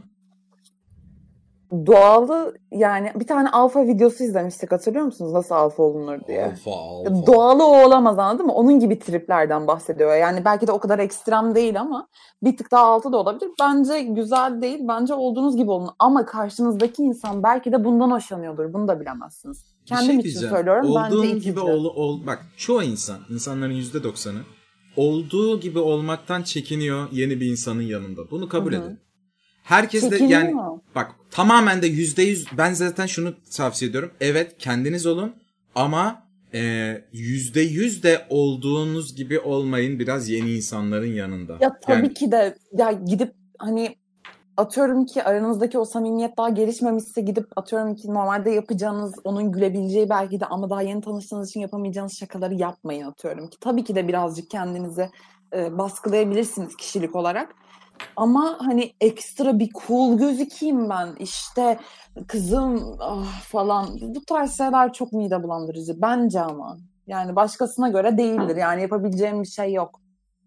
Doğalı yani bir tane alfa videosu izlemiştik, hatırlıyor musunuz? Nasıl alfa olunur diye. Alfa, alfa. Doğalı o olamaz, anladın mı? Onun gibi triplerden bahsediyor. Yani belki de o kadar ekstrem değil ama bir tık daha altı da olabilir. Bence güzel değil. Bence olduğunuz gibi olun. Ama karşınızdaki insan belki de bundan hoşlanıyordur. Bunu da bilemezsiniz. Bir Kendim şey için diyeceğim. söylüyorum. Olduğun Bence itici. gibi ol, ol, bak çoğu insan, insanların yüzde doksanı olduğu gibi olmaktan çekiniyor yeni bir insanın yanında. Bunu kabul Hı hı. edin. Herkes de Çekiniyor. yani bak tamamen de yüzde yüz ben zaten şunu tavsiye ediyorum. Evet kendiniz olun ama e, yüzde yüz de olduğunuz gibi olmayın biraz yeni insanların yanında. Ya tabii Yani- ki de ya gidip hani atıyorum ki aranızdaki o samimiyet daha gelişmemişse gidip atıyorum ki normalde yapacağınız onun gülebileceği belki de ama daha yeni tanıştığınız için yapamayacağınız şakaları yapmayın atıyorum ki. Tabii ki de birazcık kendinizi e, baskılayabilirsiniz kişilik olarak. Ama hani ekstra bir cool gözükeyim ben işte kızım ah, falan bu tarz şeyler çok mide bulandırıcı bence ama. Yani başkasına göre değildir yani yapabileceğim bir şey yok.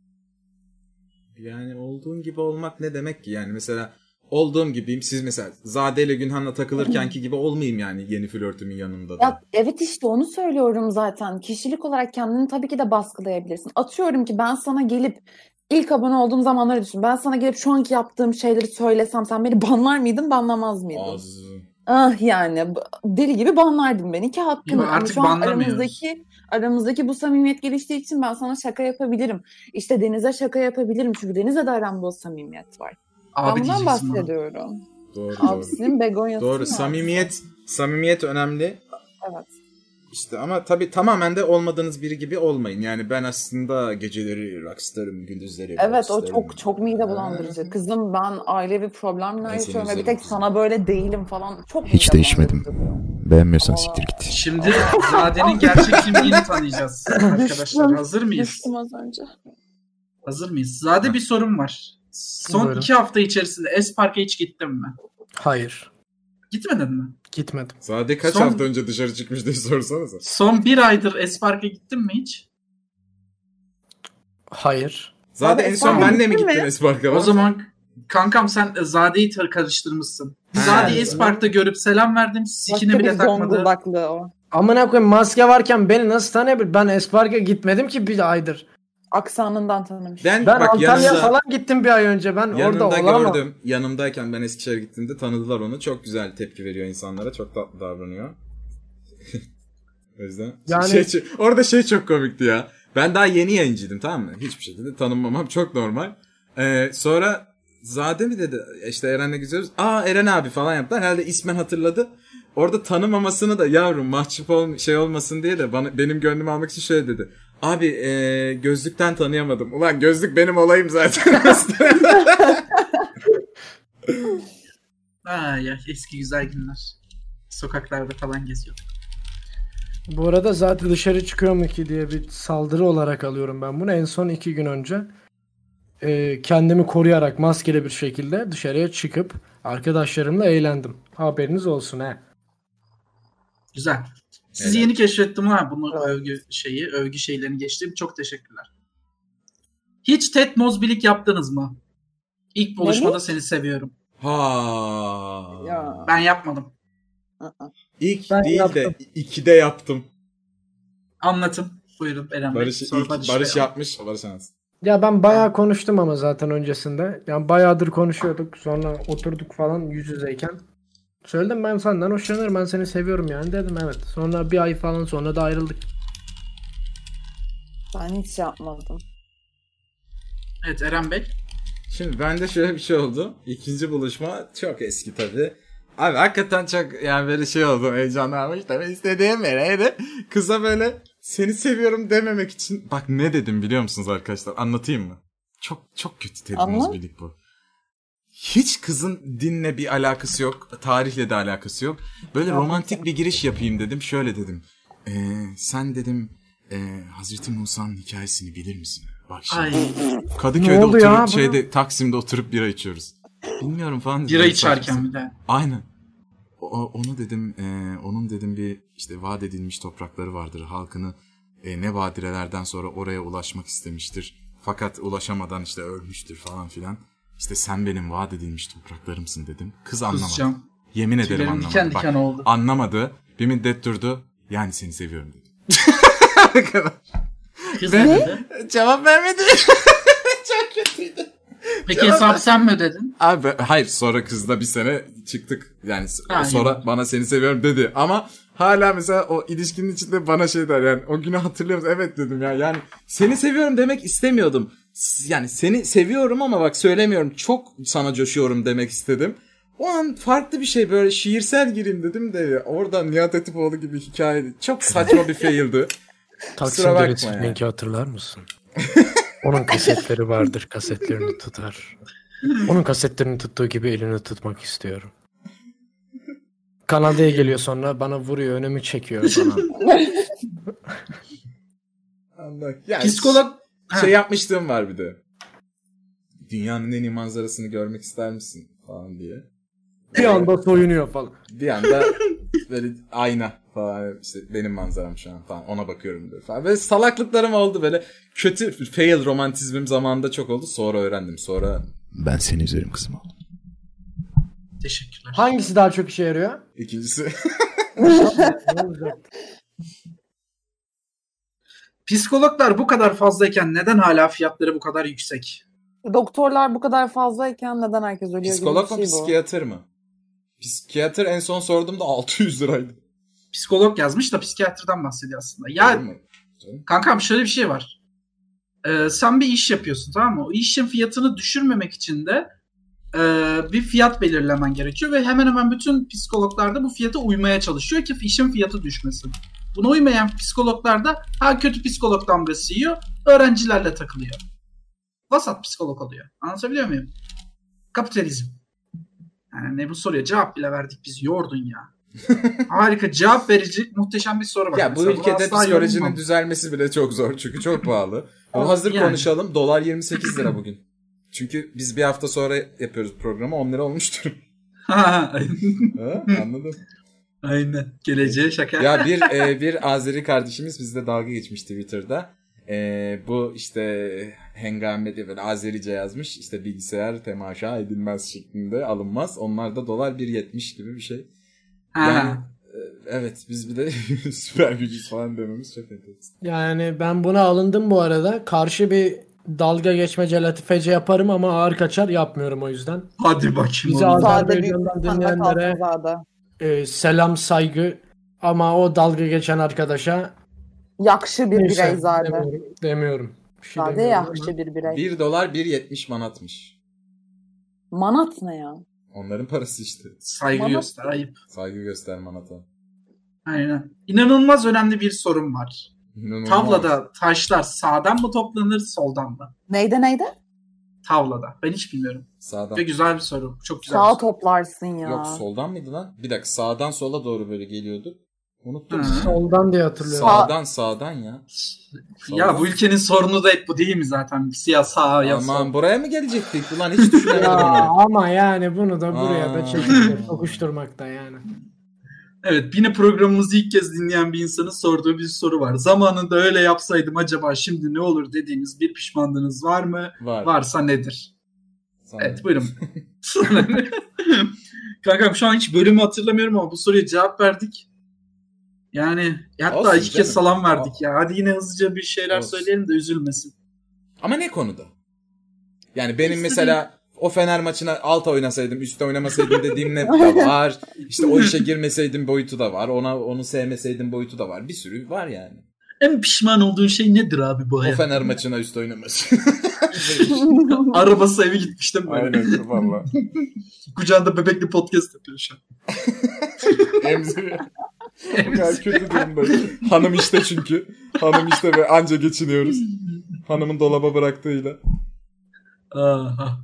Yani olduğun gibi olmak ne demek ki? Yani mesela olduğum gibiyim. Siz mesela Zade ile Günhan'la takılırkenki gibi olmayayım yani yeni flörtümün yanında da. Ya evet işte onu söylüyorum zaten. Kişilik olarak kendini tabii ki de baskılayabilirsin. Atıyorum ki ben sana gelip ilk abone olduğum zamanları düşün. Ben sana gelip şu anki yaptığım şeyleri söylesem sen beni banlar mıydın, banlamaz mıydın? Az. Ah yani b- deli gibi banlardın beni ki hakkın. Yok, Ama artık şu an banlamıyoruz. aramızdaki aramızdaki bu samimiyet geliştiği için ben sana şaka yapabilirim. İşte Deniz'e şaka yapabilirim çünkü Deniz'le de aramda o samimiyet var. Abi ben bundan diyeceksin bana. bahsediyorum. Doğru doğru. Abisinin begonyası Doğru. var. Samimiyet samimiyet önemli. Evet. İşte ama tabii tamamen de olmadığınız biri gibi olmayın. Yani ben aslında geceleri rockstarım, gündüzleri Evet o rockstarım. çok çok mide bulandırıcı. Kızım ben ailevi problemler Ben seni yaşıyorum ve bir özledim tek kızım. sana böyle değilim falan. Çok Hiç mide değişmedim. bulandırıcı. Beğenmiyorsan Aa. siktir git. Şimdi Zade'nin gerçek kimliğini tanıyacağız arkadaşlar. Düştüm. Hazır mıyız? Düştüm az önce. Hazır mıyız? Zade bir sorum var. Son Buyurun. iki hafta içerisinde Espark'a hiç gittin mi? Hayır. Gitmedin mi? Gitmedim. Zade kaç Son- hafta önce dışarı çıkmış diye sorsanıza. Son bir aydır Espark'a gittin mi hiç? Hayır. Zade Zade en son Espark'a benle mi gittin gittin mi? Espark'a? O zaman kankam sen Zade'yi tar- karıştırmışsın. Ha. Zade'yi Espark'ta görüp selam verdim. Sikine Başka bile bir takmadı. zonguldaklı o. Amına koyayım maske varken beni nasıl tanıyabilir? Ben Espark'a gitmedim ki bir aydır. Aksanından tanımış. Ben, Ben bak Antalya'ya yanımda, falan gittim bir ay önce. Ben orada yanımda olamam. gördüm. Yanımdayken ben Eskişehir'e gittiğimde tanıdılar onu. Çok güzel tepki veriyor insanlara. Çok tatlı davranıyor. O yüzden Yani- şey, orada şey çok komikti ya. Ben daha yeni yayıncıydım tamam mı? Hiçbir şekilde tanınmamam çok normal. Ee, sonra Zade mi dedi işte Eren'le güzeliz. Aa Eren abi falan yaptılar. Herhalde ismen hatırladı. Orada tanımamasını da yavrum mahcup ol, şey olmasın diye de bana benim gönlümü almak için şöyle dedi. Abi e, gözlükten tanıyamadım. Ulan gözlük benim olayım zaten. Ay ya eski güzel günler. Sokaklarda falan geziyorduk. Bu arada zaten dışarı çıkıyor mu ki diye bir saldırı olarak alıyorum ben bunu. En son iki gün önce e, kendimi koruyarak maskeli bir şekilde dışarıya çıkıp arkadaşlarımla eğlendim. Haberiniz olsun he. Güzel. Sizi Evet. yeni keşfettim ha bunu övgü şeyi, övgü şeylerini geçtim. Çok teşekkürler. Hiç Ted Mosby'lik yaptınız mı? İlk buluşmada seni seviyorum. Ha. Ya. Ben yapmadım. ı-ı. İlk Ben değil yaptım. de ikide yaptım. Anlatın. Buyurun Eren Bey. Barış, Sonra ilk, Barış Barış Bey. yapmış. Barış anlatsın. Ya ben bayağı konuştum ama zaten öncesinde. Yani bayağıdır konuşuyorduk. Sonra oturduk falan yüz yüzeyken. Söyledim ben senden hoşlanırım. Ben seni seviyorum yani dedim evet. Sonra bir ay falan sonra da ayrıldık. Ben hiç yapmadım. Evet Eren Bey. Şimdi bende şöyle bir şey oldu. İkinci buluşma çok eski tabii. Abi hakikaten çok yani böyle şey oldu. Heyecanlanmış tabii istediğim yereydi. Kıza böyle seni seviyorum dememek için. Bak ne dedim biliyor musunuz arkadaşlar? Anlatayım mı? Çok çok kötü Ted Anlat. Mosby'lik bu. Hiç kızın dinle bir alakası yok. Tarihle de alakası yok. Böyle romantik bir giriş yapayım dedim. Şöyle dedim. Ee, sen dedim e, Hazreti Musa'nın hikayesini bilir misin? Bak şimdi. Ay. Kadıköy'de Ne oldu oturup ya? şeyde Taksim'de oturup bira içiyoruz. Bilmiyorum falan. Bira dedim. içerken bir de. Aynen. O, onu dedim e, onun dedim bir işte vaat edilmiş toprakları vardır. Halkını e, ne badirelerden sonra oraya ulaşmak istemiştir. Fakat ulaşamadan işte ölmüştür falan filan. İşte sen benim vaat edilmiş topraklarımsın dedim. Kız anlamadı. Kusacağım. Yemin ederim Tüylerim anlamadı. diken Bak, diken oldu. anlamadı. Bir müddet durdu. Yani seni seviyorum dedi. Kız ne dedi? Cevap vermedi. Çok kötüydü. Peki hesabı sen mi ödedin? Abi hayır sonra kızla bir sene çıktık. Yani Ha, sonra iyi. bana seni seviyorum dedi. Ama hala mesela o ilişkinin içinde bana şey der yani o günü hatırlıyor musun? Evet dedim ya yani seni seviyorum demek istemiyordum. yani seni seviyorum ama bak söylemiyorum. Çok sana coşuyorum demek istedim. O an farklı bir şey böyle şiirsel gireyim dedim de oradan Nihat Atipoğlu gibi hikaye. Çok saçma bir faildi. Taksim Deniz Film'inki hatırlar mısın? Onun kasetleri vardır, kasetlerini tutar. Onun kasetlerini tuttuğu gibi elini tutmak istiyorum. Kanal D'ye geliyor sonra bana vuruyor, önümü çekiyor falan. Allah. Yani Psikolog şey yapmışlığım var bir de. Dünyanın en iyi manzarasını görmek ister misin falan diye. Bir anda soyunuyor falan. Bir anda böyle ayna falan işte benim manzaram şu an falan ona bakıyorum diyor falan. Böyle salaklıklarım oldu böyle kötü fail romantizmim zamanında çok oldu. Sonra öğrendim. Sonra ben seni üzerim kızım oldum. Teşekkürler. Hangisi daha çok işe yarıyor? İkincisi. Psikologlar bu kadar fazlayken neden hala fiyatları bu kadar yüksek? Doktorlar bu kadar fazlayken neden herkes ölüyor Psikolog gibi mu bir şey bu. psikiyatr mı? Psikiyatr en son sorduğumda altı yüz liraydı. Psikolog yazmış da psikiyatrdan bahsediyor aslında. Ya kankam şöyle bir şey var. Ee, sen bir iş yapıyorsun, tamam mı? O işin fiyatını düşürmemek için de e, bir fiyat belirlemen gerekiyor ve hemen hemen bütün psikologlar da bu fiyata uymaya çalışıyor ki işin fiyatı düşmesin. Buna uymayan psikologlar da ha kötü psikolog damgası yiyor, öğrencilerle takılıyor. Vasat psikolog oluyor. Anlatabiliyor muyum? Kapitalizm. Yani ne bu soruya cevap bile verdik biz, yordun ya. Harika cevap verecek muhteşem bir soru var. Ya bu mesela. ülkede psikolojinin düzelmesi bile çok zor çünkü çok pahalı. Ama hazır yani. konuşalım. Dolar yirmi sekiz lira bugün. Çünkü biz bir hafta sonra yapıyoruz programı. on lira olmuştur. Ha, anladım. Aynen. Geleceğe şaka. Ya bir e, bir Azeri kardeşimiz bizle dalga geçmiş Twitter'da. E, bu işte hengame diye böyle Azerice yazmış. İşte bilgisayar temaşa edilmez şeklinde alınmaz. Onlar da dolar bir yetmiş gibi bir şey. Yani e, evet biz bir de süper gücüz falan dememiz çok enteresan. Yani ben buna alındım bu arada. Karşı bir dalga geçmece latifece yaparım ama ağır kaçar yapmıyorum o yüzden. Hadi bakayım. Bizi Azerbaycan'dan dinleyenlere e, selam saygı ama o dalga geçen arkadaşa yakşı bir birey zade. Demiyorum. demiyorum. Bir şey zade demiyorum yakşı ama. bir birey. bir dolar bir yetmiş manatmış. Manat ne ya? Onların parası işte. Saygı Manat. göster, ayıp. Saygı göster manata. Aynen. İnanılmaz önemli bir sorun var. İnanılmaz. Tavlada taşlar sağdan mı toplanır, soldan mı? Neyde neyde? Tavlada. Ben hiç bilmiyorum. Sağdan. Ve güzel bir soru. Çok güzel. Sağa bir soru. toplarsın ya. Yok soldan mıydı lan? Bir dakika sağdan sola doğru böyle geliyordu. Unuttum. Soldan diye hatırlıyorum. Sağdan sağdan ya. Ya Soldan. bu ülkenin sorunu da hep bu değil mi zaten? Ya sağ ya sol. Aman buraya mı gelecektik? Ulan hiç düşünemedim Ya onu. ama yani bunu da buraya Aa. da çekip tokuşturmakta yani. Evet, yine programımızı ilk kez dinleyen bir insanın sorduğu bir soru var. Zamanında öyle yapsaydım acaba şimdi ne olur dediğiniz bir pişmanlığınız var mı? Var. Varsa nedir? Sana. Evet buyurun. Kankam şu an hiç bölümü hatırlamıyorum ama bu soruya cevap verdik. Yani hatta Olsun iki kez canım. salam verdik ya. Hadi yine hızlıca bir şeyler Olsun. söyleyelim de üzülmesin. Ama ne konuda? Yani benim mesela o Fener maçına alta oynasaydım, üstte oynamasaydım dediğim ne de var. İşte o işe girmeseydim boyutu da var. Ona onu sevmeseydim boyutu da var. Bir sürü var yani. En pişman olduğun şey nedir abi bu O hayat? Fener maçına üstte oynaması. Arabası evi gitmiştim böyle. Aynen valla. Kucağında bebekli podcast yapıyor şu an. Emziriyor. O kadar kötü durumdayım. Hanım işte çünkü. Hanım işte ve anca geçiniyoruz. Hanımın dolaba bıraktığıyla. Aha.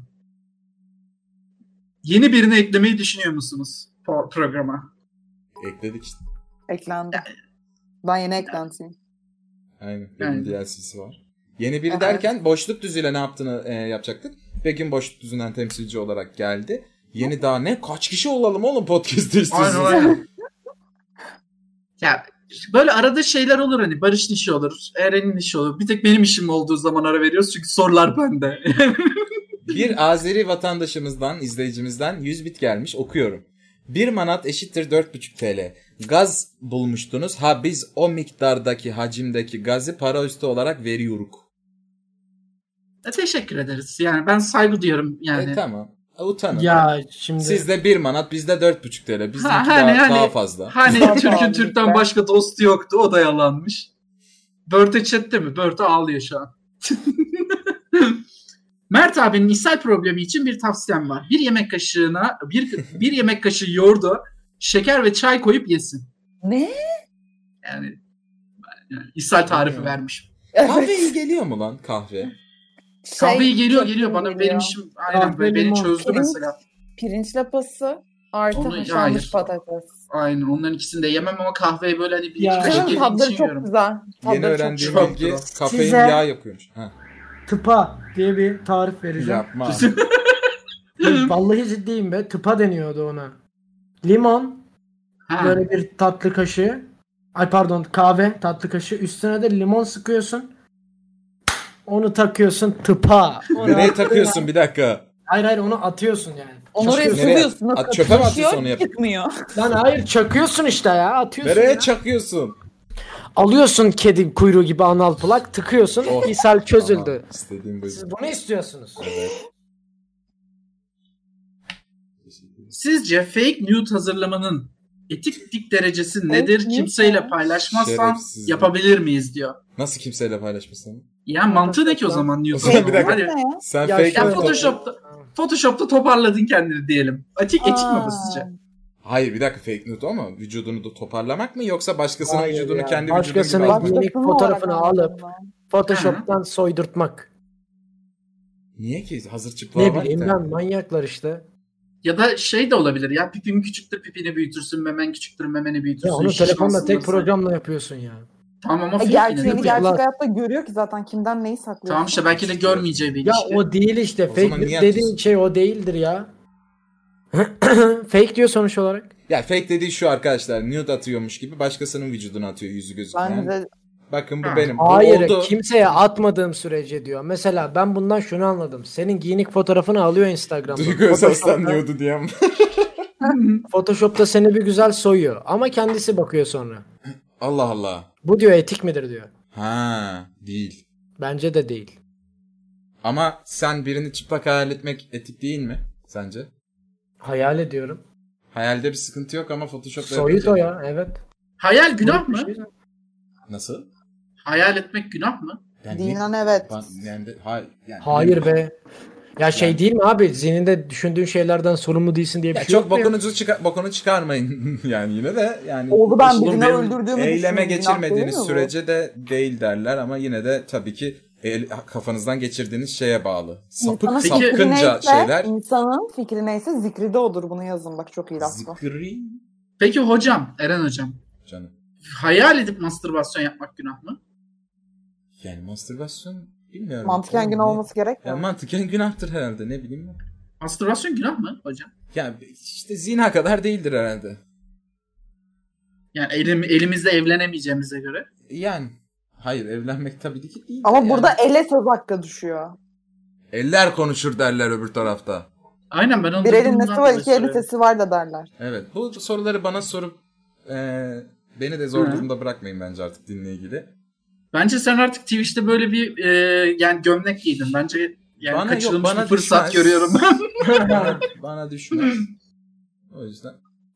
Yeni birini eklemeyi düşünüyor musunuz pro- programa? Ekledik işte. Eklendi. Ben yeni eklentiyim. Aynen. Benim Yani. D L C'si var. Yeni biri Evet. derken boşluk düzüyle ne yaptığını e, yapacaktık. Begüm boşluk düzünden temsilci olarak geldi. Yeni daha ne? Kaç kişi olalım oğlum podcast'te istiyorsunuz? Aynen aynen. Ya böyle arada şeyler olur hani Barış'ın işi olur, Eren'in işi olur. Bir tek benim işim olduğu zaman ara veriyoruz çünkü sorular bende. Bir Azeri vatandaşımızdan, izleyicimizden yüz bit gelmiş. Okuyorum. Bir manat eşittir dört buçuk TL. Gaz bulmuştunuz. Ha biz o miktardaki, hacimdeki gazı para üstü olarak veriyoruz. E, teşekkür ederiz. Yani ben saygı duyuyorum yani. E tamam. Utanın. Ya şimdi Sizde bir manat, bizde dört buçuk TL. Bizimki Ha, daha, hani, hani, daha fazla. Hani Tamam, Türk'ün Türk'ten lütfen. başka dostu yoktu. O da yalanmış. Börte chatte mi? Börte ağlıyor şu an. Mert abinin ishal problemi için bir tavsiyem var. Bir yemek kaşığına bir bir yemek kaşığı yoğurdu, şeker ve çay koyup yesin. Ne? Yani, yani ishal tarifi vermiş. Kahve iyi geliyor mu lan kahve? Şey, Kahve iyi geliyor çok geliyor iyi bana geliyor. benim işim aynen Kahve, böyle beni limon. çözdü Pirinç- mesela. Pirinç lapası artı Onu- haşlanmış hayır. patates. Aynen onların ikisini de yemem ama kahveyi böyle hani bir Ya. iki kaşık Canım yediğim tadları için çok yiyorum. güzel. Yeni Tadları çok öğrendiğim güzel. bilgi Çok kafein Size- yağ yapıyormuş. Ha, Tıpa diye bir tarif vereceğim. yapma. Vallahi ciddiyim be. Tıpa deniyordu ona. Limon, Ha. böyle bir tatlı kaşığı. Ay pardon, kahve tatlı kaşığı. Üstüne de limon sıkıyorsun. Onu takıyorsun tıpa. Onu Nereye atıyorsun. takıyorsun bir dakika? Hayır hayır onu atıyorsun yani. Onu oraya Nereye? suluyorsun. o At- çöpe mi atıyorsun katılaşıyor, onu yap- çıkmıyor. Lan hayır çakıyorsun işte ya. Atıyorsun Nereye ya. çakıyorsun? Alıyorsun kedi kuyruğu gibi anal plak tıkıyorsun. Oh. ishal çözüldü. Tamam, istediğim buydu. Siz bunu istiyorsunuz. Evet. Sizce fake nude hazırlamanın etiklik derecesi nedir? nude Kimseyle mi? paylaşmazsan Şerefsiz. yapabilir miyiz diyor. Nasıl kimseyle paylaşmasın? Ya mantığı ne ki o zaman nude? O zaman bir dakika. Hadi. Ne ya? Sen Ya fake şöyle- Ya nude- Photoshop'ta Photoshop'ta toparladın kendini diyelim. Etik etik mi bu sizce? Aa. Hayır bir dakika fake nude ama vücudunu da toparlamak mı yoksa başkasının Hayır vücudunu ya, kendi başkasının vücudun gibi giyinik almak? Başkasının fotoğrafını olarak alıp anladım ben. Photoshop'tan soydurtmak. Niye ki? Hazır çıplığa Ne var bileyim da. ben, manyaklar işte. Ya da şey de olabilir ya, pipim küçüktür pipini büyütürsün, memen küçüktür memeni büyütürsün. Ya onu şişmansın telefonla tek nasıl? programla yapıyorsun ya. Tamam ama E, fake gerçeğini yine de. gerçek Yapıyorlar. hayatta görüyor ki zaten kimden neyi saklıyor. Tamam işte belki de görmeyeceği bir Ya ilişki. o değil işte. O zaman Fake niye dediğin yapıyorsun? şey o değildir ya. Fake diyor sonuç olarak. Ya fake dediği şu arkadaşlar, nude atıyormuş gibi başkasının vücuduna atıyor yüzü gözükmeyen. Bence Bakın bu Ha. benim. Bu Hayır oldu. kimseye atmadığım sürece diyor. Mesela ben bundan şunu anladım. Senin giyinik fotoğrafını alıyor Instagram'da. Duygu Özaslan Photoshop'ta, nude'u diyem. Photoshop'ta seni bir güzel soyuyor. Ama kendisi bakıyor sonra. Allah Allah. Bu diyor etik midir diyor. Ha değil. Bence de değil. Ama sen birini çıplak hayal etmek etik değil mi sence? Hayal ediyorum. Hayalde bir sıkıntı yok ama Photoshop'ta Soyut o yapınca- ya evet. Hayal günah Bir mı? şey- Nasıl? Hayal etmek günah mı? Yani dinen ne- evet. Ben- yani de- hay- yani Hayır be. Ya şey Yani- değil mi abi? Zihninde düşündüğün şeylerden sorumlu değilsin diye bir Ya şey çok yok mu ya? bokunuzu çıkar, bokunu çıkarmayın yani yine de yani Oldu ben Oğlum birini benim öldürdüğümü eyleme düşündüm. Günah geçirmediğiniz değil mi bu? sürece de değil derler ama yine de tabii ki el, kafanızdan geçirdiğiniz şeye bağlı. Sapık İnsanın Peki- fikri sapkınca neyse, şeyler. insanın fikri neyse zikri de odur. Bunu yazın bak çok iyi laf bu. Zikri Peki hocam, Eren hocam. canım. Hayal edip mastürbasyon yapmak günah mı? Yani mastürbasyon bilmiyorum. Mantıken Oğlum günah ne- olması gerekmiyor. Ya mantıken günahtır herhalde ne bileyim ben. Mastürbasyon günah mı hocam? Yani işte zina kadar değildir herhalde. Yani elim, elimizle evlenemeyeceğimize göre. Yani hayır evlenmek tabii ki değil. de Ama yani. burada ele söz hakkı düşüyor. Eller konuşur derler öbür tarafta. Aynen ben onu Bir elin bundan nesi var dolayı iki eli soruyorum. sesi var da derler. Evet bu soruları bana sorup e, beni de zor Hı. durumda bırakmayın bence artık dinle ilgili. Bence sen artık Twitch'te böyle bir e, yani gömlek giydin. Bence yani Bana kaçırılmış yok, bana bir fırsat düşmez. görüyorum ben. bana, bana düşmez. O yüzden.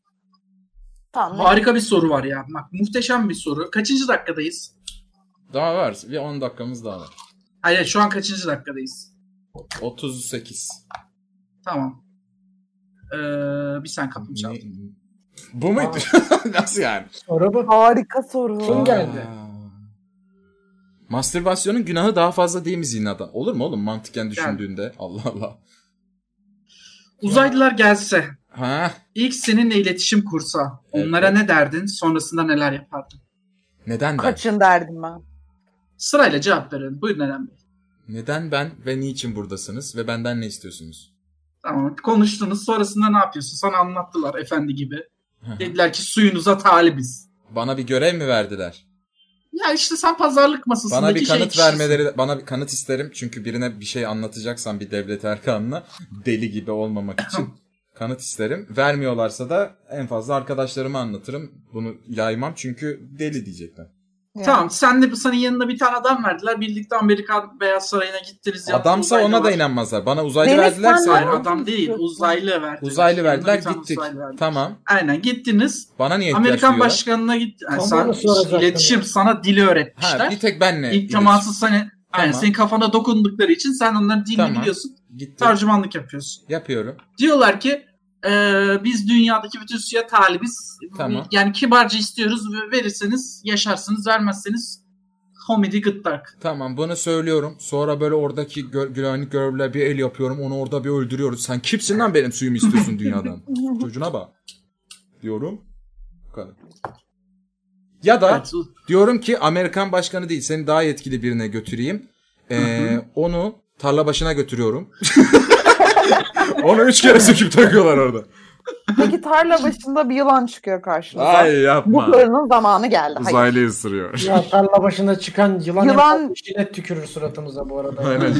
Tamam. Harika bir soru var ya. Bak muhteşem bir soru. Kaçıncı dakikadayız? Daha var. Bir on dakikamız daha var. Hayır şu an kaçıncı dakikadayız? otuz sekiz. Tamam. Ee, bir sen kapımı çal. Ne- Bu muydu? Nasıl yani? Soru bu. Harika soru. Kim geldi? Aa. Mastürbasyonun günahı daha fazla değil mi zinada? Olur mu oğlum mantıken düşündüğünde? Allah Allah. Uzaylılar gelse, Ha? ilk seninle iletişim kursa, Evet. onlara ne derdin? Sonrasında neler yapardın? Neden ben? Kaçın derdim ben. Sırayla cevap verin. Buyurun Eren Bey. Neden ben ve niçin buradasınız ve benden ne istiyorsunuz? Tamam. Konuştunuz. Sonrasında ne yapıyorsun? Sana anlattılar efendi gibi. Hı hı. Dediler ki suyunuza talibiz. Bana bir görev mi verdiler? Ya işte sen pazarlık masasındaki Bana bir şey kanıt kişisin. vermeleri, bana bir kanıt isterim. Çünkü birine bir şey anlatacaksam bir devlet erkanına deli gibi olmamak için kanıt isterim. Vermiyorlarsa da en fazla arkadaşlarıma anlatırım. Bunu yaymam çünkü deli diyecekler. Yani. Tamam. Sen de senin yanına bir tane adam verdiler. Birlikte Amerikan Beyaz Sarayı'na gittiniz. ya. Adamsa Uzaylı ona da var. inanmazlar. Bana uzaylı Deniz verdilerse sen Hayır ne adam değil. istiyorsun? Uzaylı verdiler. uzaylı Yanına verdiler bir tane gittik. uzaylı verdiler. Tamam. Aynen gittiniz. Bana niye ihtiyaç Amerikan duyuyorlar? başkanına git. Yani Tam sen onu soracaktım. iletişim sana dili öğretmişler. Ha, bir tek benle. İlk teması sana Yani senin kafana dokundukları için sen onların dilini Tamam. biliyorsun. Gittim. Tercümanlık yapıyorsun. Yapıyorum. Diyorlar ki e, biz dünyadaki bütün suya talibiz. Tamam. Yani kibarca istiyoruz. Verirseniz yaşarsınız. Vermezseniz homidi gıttak. Tamam bunu söylüyorum. Sonra böyle oradaki gö- güvenlik görevliler bir el yapıyorum. Onu orada bir öldürüyoruz. Sen kimsin lan benim suyumu istiyorsun dünyadan? Çocuğuna bak. Diyorum. Bu kadar. Ya da Evet. diyorum ki Amerikan başkanı değil. Seni daha yetkili birine götüreyim. Ee, onu tarla başına götürüyorum. Onu üç kere söküp takıyorlar orada. Peki tarla başında bir yılan çıkıyor karşınıza. Ay Bu yapma. sorunun zamanı geldi. Hayır. Uzaylıyı ısırıyor. Ya tarla başında çıkan yılan, Yılan- yılan... jilet tükürür suratımıza bu arada. Aynen.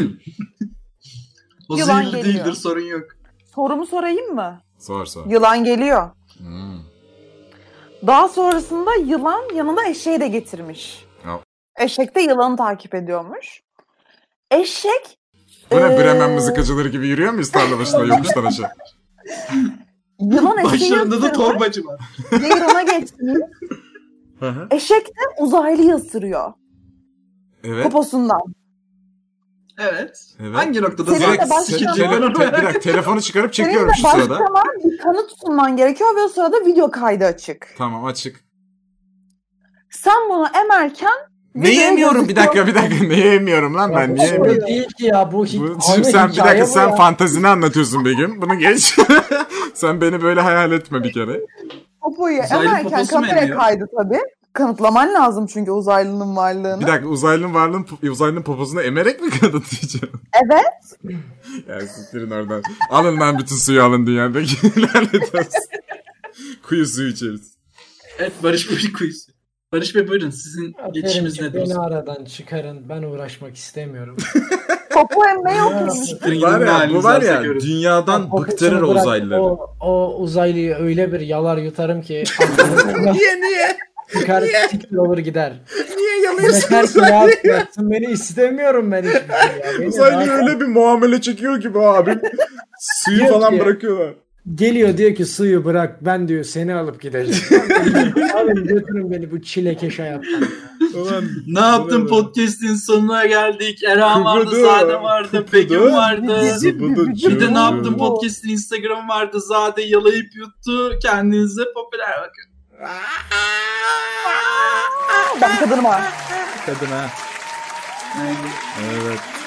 O Yılan zehirli geliyor. değildir, sorun yok. Sorumu sorayım mı? Sor sor. Yılan geliyor. Hmm. Daha sonrasında yılan yanında eşeği de getirmiş. Ya. Eşek de yılanı takip ediyormuş. Eşek Bu ne Ee, Bremen mızıkacıları gibi yürüyor muyuz tarla başında yokuştan aşağı? yılan eşeği Başlarında da ısırmış, torbacı var. Yayrana geçmiş. Hı hı. Eşek de uzaylıyı ısırıyor. Evet. Poposundan. Evet. Evet. Hangi noktada Senin de zaten başka- Te- Başlama. tele- te- bir dakika telefonu çıkarıp Senin de çekiyorum şu sırada. başlama bir kanıt sunman gerekiyor ve o sırada video kaydı açık. Tamam açık. Sen bunu emerken Ne yemiyorum bir dakika bir dakika ne yemiyorum lan ben Ya bu niye soru yemiyorum? değil ki ya bu. Bu, hi- şimdi Abi sen bir hikaye dakika bu sen ya. fantazini anlatıyorsun Begüm. Bunu geç. Sen beni böyle hayal etme bir kere. popoyu Uzaylı emerken poposu mu kamera emiyor? kaydı tabii. Kanıtlaman lazım çünkü uzaylının varlığını. Bir dakika uzaylının varlığını uzaylının poposunu emerek mi kanıtlayacağım? Evet. Ya siktirin oradan. Alın lan bütün suyu alın dünyadaki. Lanet olsun. Kuyu suyu içeriz. Evet, Barış Bey kuyusu. Barış Bey buyurun, sizin Aferin geçişimiz ki nedir? Beni aradan çıkarın. Ben uğraşmak istemiyorum. Popo emme yok Ya. mu? Siktirin Var gidin, ya bu halinizi var varsa ya görün. dünyadan O bıktırır kısmı o bırak, uzaylıları. O, o uzaylıyı öyle bir yalar yutarım ki Niye niye? çıkar siktir olur gider. Niye Yeter ki rahat bıraksın beni, istemiyorum ben hiçbir şey ya. Beni Uzaylı rahat- öyle bir muamele çekiyor ki bu abim. Suyu Diyor falan ki- bırakıyorlar. Geliyor diyor ki suyu bırak, ben diyor seni alıp gideceğim. Alın götürün beni bu çilekeş hayattan. Ulan, Ne yaptın, ulan. podcast'in sonuna geldik. Erhan vardı, Kıvıdı, Zade vardı, kıvıdı. Begüm vardı. Zıbıdı Bir de ne yaptın çocuğu. podcast'in Instagram vardı. Zade yalayıp yuttu. Kendinize popüler bakın. Ben kadınım ha. Kadın ha. Evet.